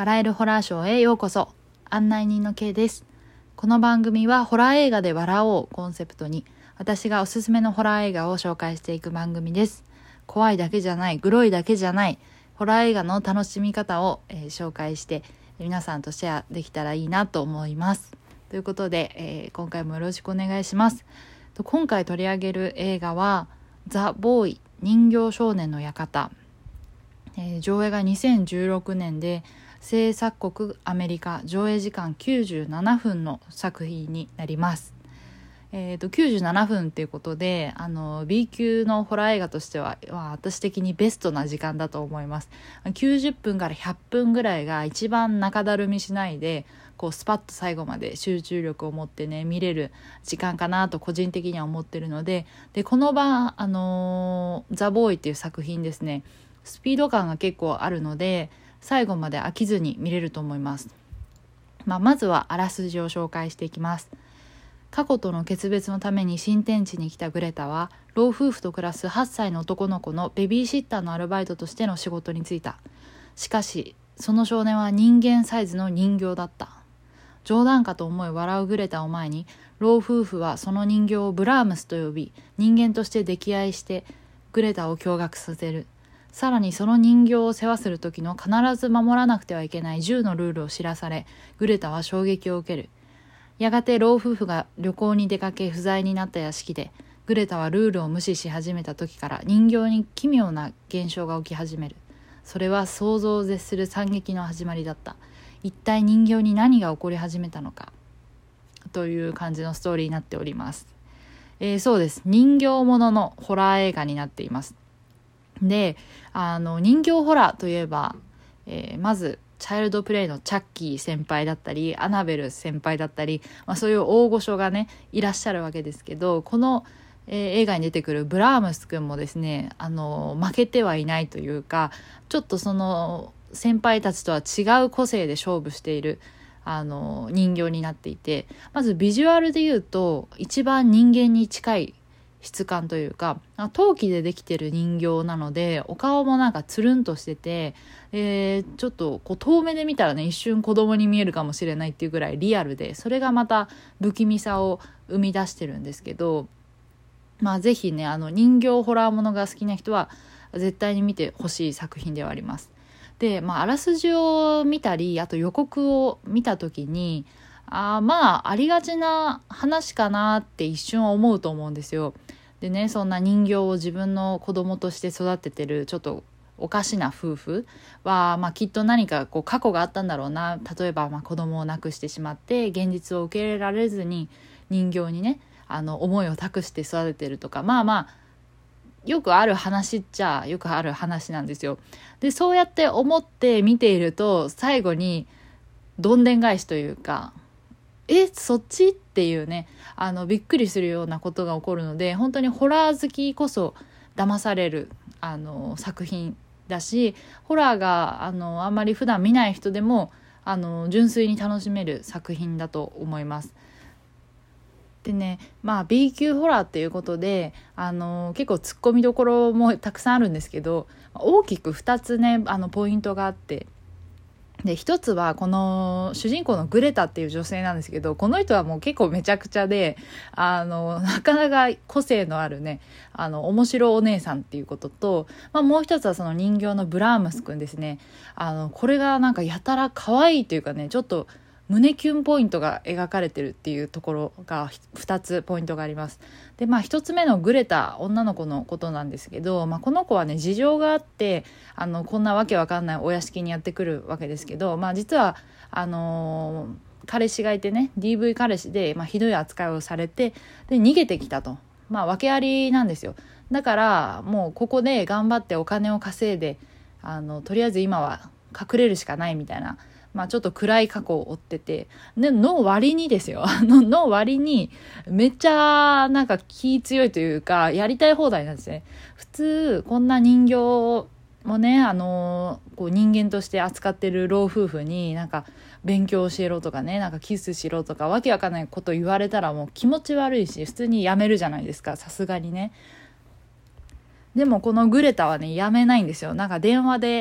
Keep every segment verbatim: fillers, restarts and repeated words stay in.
笑えるホラーショーへようこそ。案内人の K です。この番組はホラー映画で笑おうコンセプトに、私がおすすめのホラー映画を紹介していく番組です。怖いだけじゃない、グロいだけじゃない、ホラー映画の楽しみ方を、えー、紹介して皆さんとシェアできたらいいなと思います。ということで、えー、今回もよろしくお願いします。今回取り上げる映画はザ・ボーイ、人形少年の館。えー、上映がにせんじゅうろくねんで、制作国アメリカ、上映時間きゅうじゅうななふんの作品になります。えー、ときゅうじゅうななふんっていうことで、あの B 級のホラー映画としては、まあ、私的にベストな時間だと思います。きゅうじゅっぷんからひゃっぷんぐらいが一番中だるみしないで、こうスパッと最後まで集中力を持ってね見れる時間かなと個人的には思ってるので、でこの場、あのー、ザ・ボーイっていう作品ですね、スピード感が結構あるので最後まで飽きずに見れると思います。まあ、まずはあらすじを紹介していきます。過去との決別のために新天地に来たグレタは、老夫婦と暮らすはっさいの男の子のベビーシッターのアルバイトとしての仕事に就いた。しかしその少年は人間サイズの人形だった。冗談かと思い笑うグレタを前に、老夫婦はその人形をブラームスと呼び、人間として溺愛してグレタを驚愕させる。さらにその人形を世話する時の必ず守らなくてはいけないじゅうのルールを知らされ、グレタは衝撃を受ける。やがて老夫婦が旅行に出かけ不在になった屋敷で、グレタはルールを無視し始めた時から人形に奇妙な現象が起き始める。それは想像を絶する惨劇の始まりだった。一体人形に何が起こり始めたのか、という感じのストーリーになっております。えー、そうです。人形もののホラー映画になっています。で、あの人形ホラーといえば、えー、まずチャイルドプレイのチャッキー先輩だったりアナベル先輩だったり、まあ、そういう大御所がねいらっしゃるわけですけど、この、えー、映画に出てくるブラームス君もですね、あの負けてはいないというか、ちょっとその先輩たちとは違う個性で勝負しているあの人形になっていて、まずビジュアルで言うと一番人間に近い質感というか、陶器でできてる人形なので、お顔もなんかつるんとしてて、えー、ちょっとこう遠目で見たらね一瞬子供に見えるかもしれないっていうぐらいリアルで、それがまた不気味さを生み出してるんですけど、まあぜひね、あの人形ホラーものが好きな人は絶対に見てほしい作品ではあります。で、まああらすじを見たり、あと予告を見た時に、あまあありがちな話かなって一瞬思うと思うんですよ。でね、そんな人形を自分の子供として育ててるちょっとおかしな夫婦は、まあ、きっと何かこう過去があったんだろうな。例えばまあ子供を亡くしてしまって現実を受け入れられずに人形にねあの思いを託して育ててるとか、まあまあよくある話っちゃよくある話なんですよ。でそうやって思って見ていると、最後にどんでん返しというか、えそっちっていうね、あのびっくりするようなことが起こるので、本当にホラー好きこそ騙されるあの作品だし、ホラーがあのあんまり普段見ない人でもあの純粋に楽しめる作品だと思います。でね、まあ B 級ホラーっていうことで、あの結構ツッコミどころもたくさんあるんですけど、大きくふたつねあのポイントがあって、で一つはこの主人公のグレタっていう女性なんですけど、この人はもう結構めちゃくちゃで、あのなかなか個性のあるねあの面白お姉さんっていうことと、まあ、もう一つはその人形のブラームスくんですね。あのこれがなんかやたら可愛いというかね、ちょっと胸キュンポイントが描かれてるっていうところがふたつポイントがあります。でまあひとつめのグレタ、女の子のことなんですけど、まあ、この子はね事情があってあのこんなわけわかんないお屋敷にやってくるわけですけど、まあ実はあのー、彼氏がいてね ディーブイ 彼氏で、まあ、ひどい扱いをされて、で逃げてきたと、まあ訳ありなんですよ。だからもうここで頑張ってお金を稼いで、あのとりあえず今は隠れるしかないみたいな、まあ、ちょっと暗い過去を追ってて、での割にですよのの割にめっちゃなんか気強いというか、やりたい放題なんですね。普通こんな人形もね、あのこう人間として扱ってる老夫婦になんか勉強教えろとかね、なんかキスしろとかわけわかんないこと言われたらもう気持ち悪いし、普通にやめるじゃないですか、さすがにね。でもこのグレタはねやめないんですよ。なんか電話で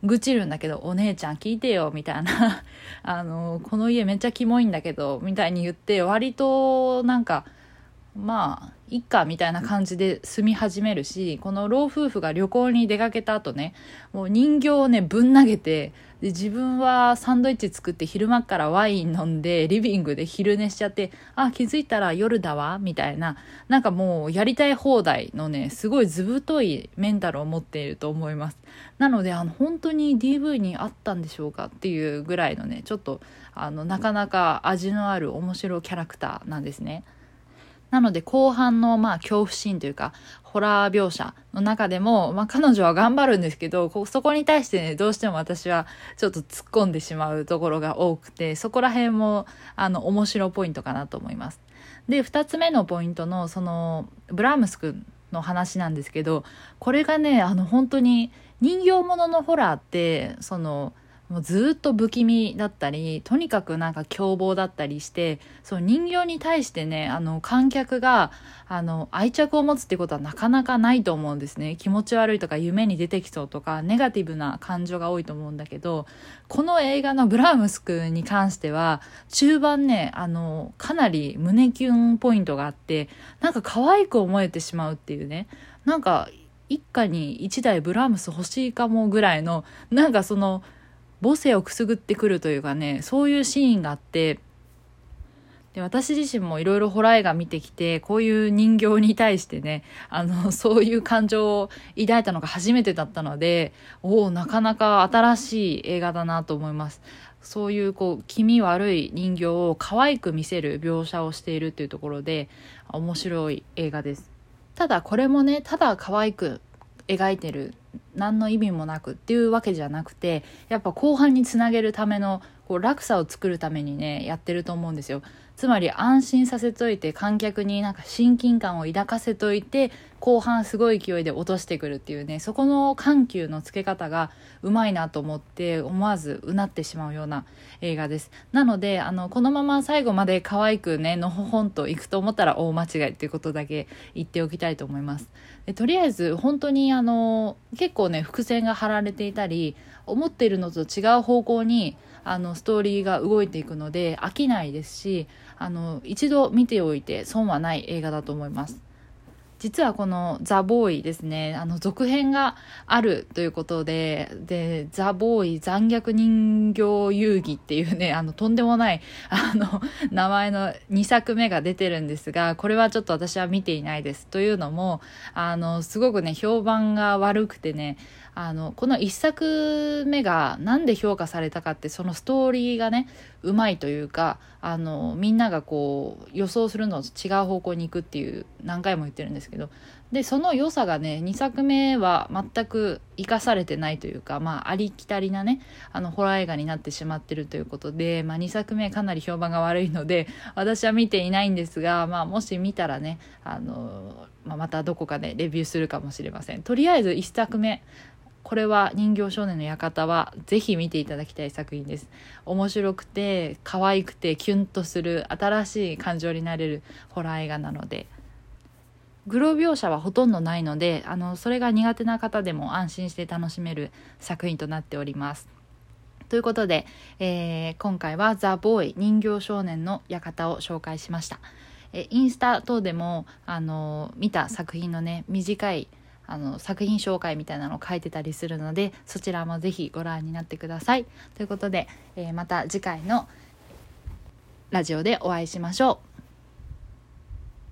愚痴るんだけど、お姉ちゃん聞いてよみたいなあのこの家めっちゃキモいんだけどみたいに言って、割となんかまあいっかみたいな感じで住み始めるし、この老夫婦が旅行に出かけた後ね、もう人形をねぶん投げて、で自分はサンドイッチ作って昼間っからワイン飲んでリビングで昼寝しちゃって、あ気づいたら夜だわみたいな、なんかもうやりたい放題のねすごい図太いメンタルを持っていると思います。なのであの本当に ディーブイ にあったんでしょうかっていうぐらいのね、ちょっとあのなかなか味のある面白いキャラクターなんですね。なので後半のまあ恐怖シーンというかホラー描写の中でも、まあ、彼女は頑張るんですけど、こそこに対してねどうしても私はちょっと突っ込んでしまうところが多くて、そこら辺もあの面白ポイントかなと思います。でふたつめのポイントのそのブラームス君の話なんですけど、これがねあの本当に人形物のホラーってそのもうずっと不気味だったり、とにかくなんか凶暴だったりして、その人形に対してねあの観客があの愛着を持つってことはなかなかないと思うんですね。気持ち悪いとか夢に出てきそうとかネガティブな感情が多いと思うんだけど、この映画のブラームス君に関しては中盤ねあのかなり胸キュンポイントがあって、なんか可愛く思えてしまうっていうね、なんか一家に一台ブラームス欲しいかもぐらいの、なんかその母性をくすぐってくるというかね、そういうシーンがあって、で私自身もいろいろホラー映画見てきて、こういう人形に対してねあのそういう感情を抱いたのが初めてだったので、おおなかなか新しい映画だなと思います。そういうこう気味悪い人形を可愛く見せる描写をしているっていうところで面白い映画です。ただこれもねただ可愛く描いてる何の意味もなくっていうわけじゃなくて、やっぱ後半につなげるためのこう落差を作るためにねやってると思うんですよ。つまり安心させといて観客になんか親近感を抱かせといて、後半すごい勢いで落としてくるっていうね、そこの緩急のつけ方がうまいなと思って思わずうなってしまうような映画です。なのであのこのまま最後まで可愛くねのほほんといくと思ったら大間違いっていうことだけ言っておきたいと思います。でとりあえず本当にあの結構ね伏線が張られていたり、思っているのと違う方向にあのストーリーが動いていくので飽きないですし、あの一度見ておいて損はない映画だと思います。実はこのザ・ボーイですね、あの続編があるということで、でザ・ボーイ残虐人形遊戯っていうねあのとんでもないあの名前のにさくめが出てるんですが、これはちょっと私は見ていないです。というのもあのすごくね評判が悪くてね、あのこのいっさくめがなんで評価されたかって、そのストーリーがねうまいというか、あのみんながこう予想するのと違う方向に行くっていう何回も言ってるんですけど、でその良さがねにさくめは全く生かされてないというか、まあ、ありきたりなねあのホラー映画になってしまってるということで、まあ、にさくめかなり評判が悪いので私は見ていないんですが、まあ、もし見たらねあの、まあ、またどこかでレビューするかもしれません。とりあえずいっさくめ、これは人形少年の館はぜひ見ていただきたい作品です。面白くて可愛くてキュンとする新しい感情になれるホラー映画なので、グロ描写はほとんどないのであのそれが苦手な方でも安心して楽しめる作品となっております。ということで、えー、今回はザ・ボーイ人形少年の館を紹介しました。えインスタ等でもあの見た作品のね短いあの作品紹介みたいなのを書いてたりするので、そちらもぜひご覧になってください。ということで、えー、また次回のラジオでお会いしましょう。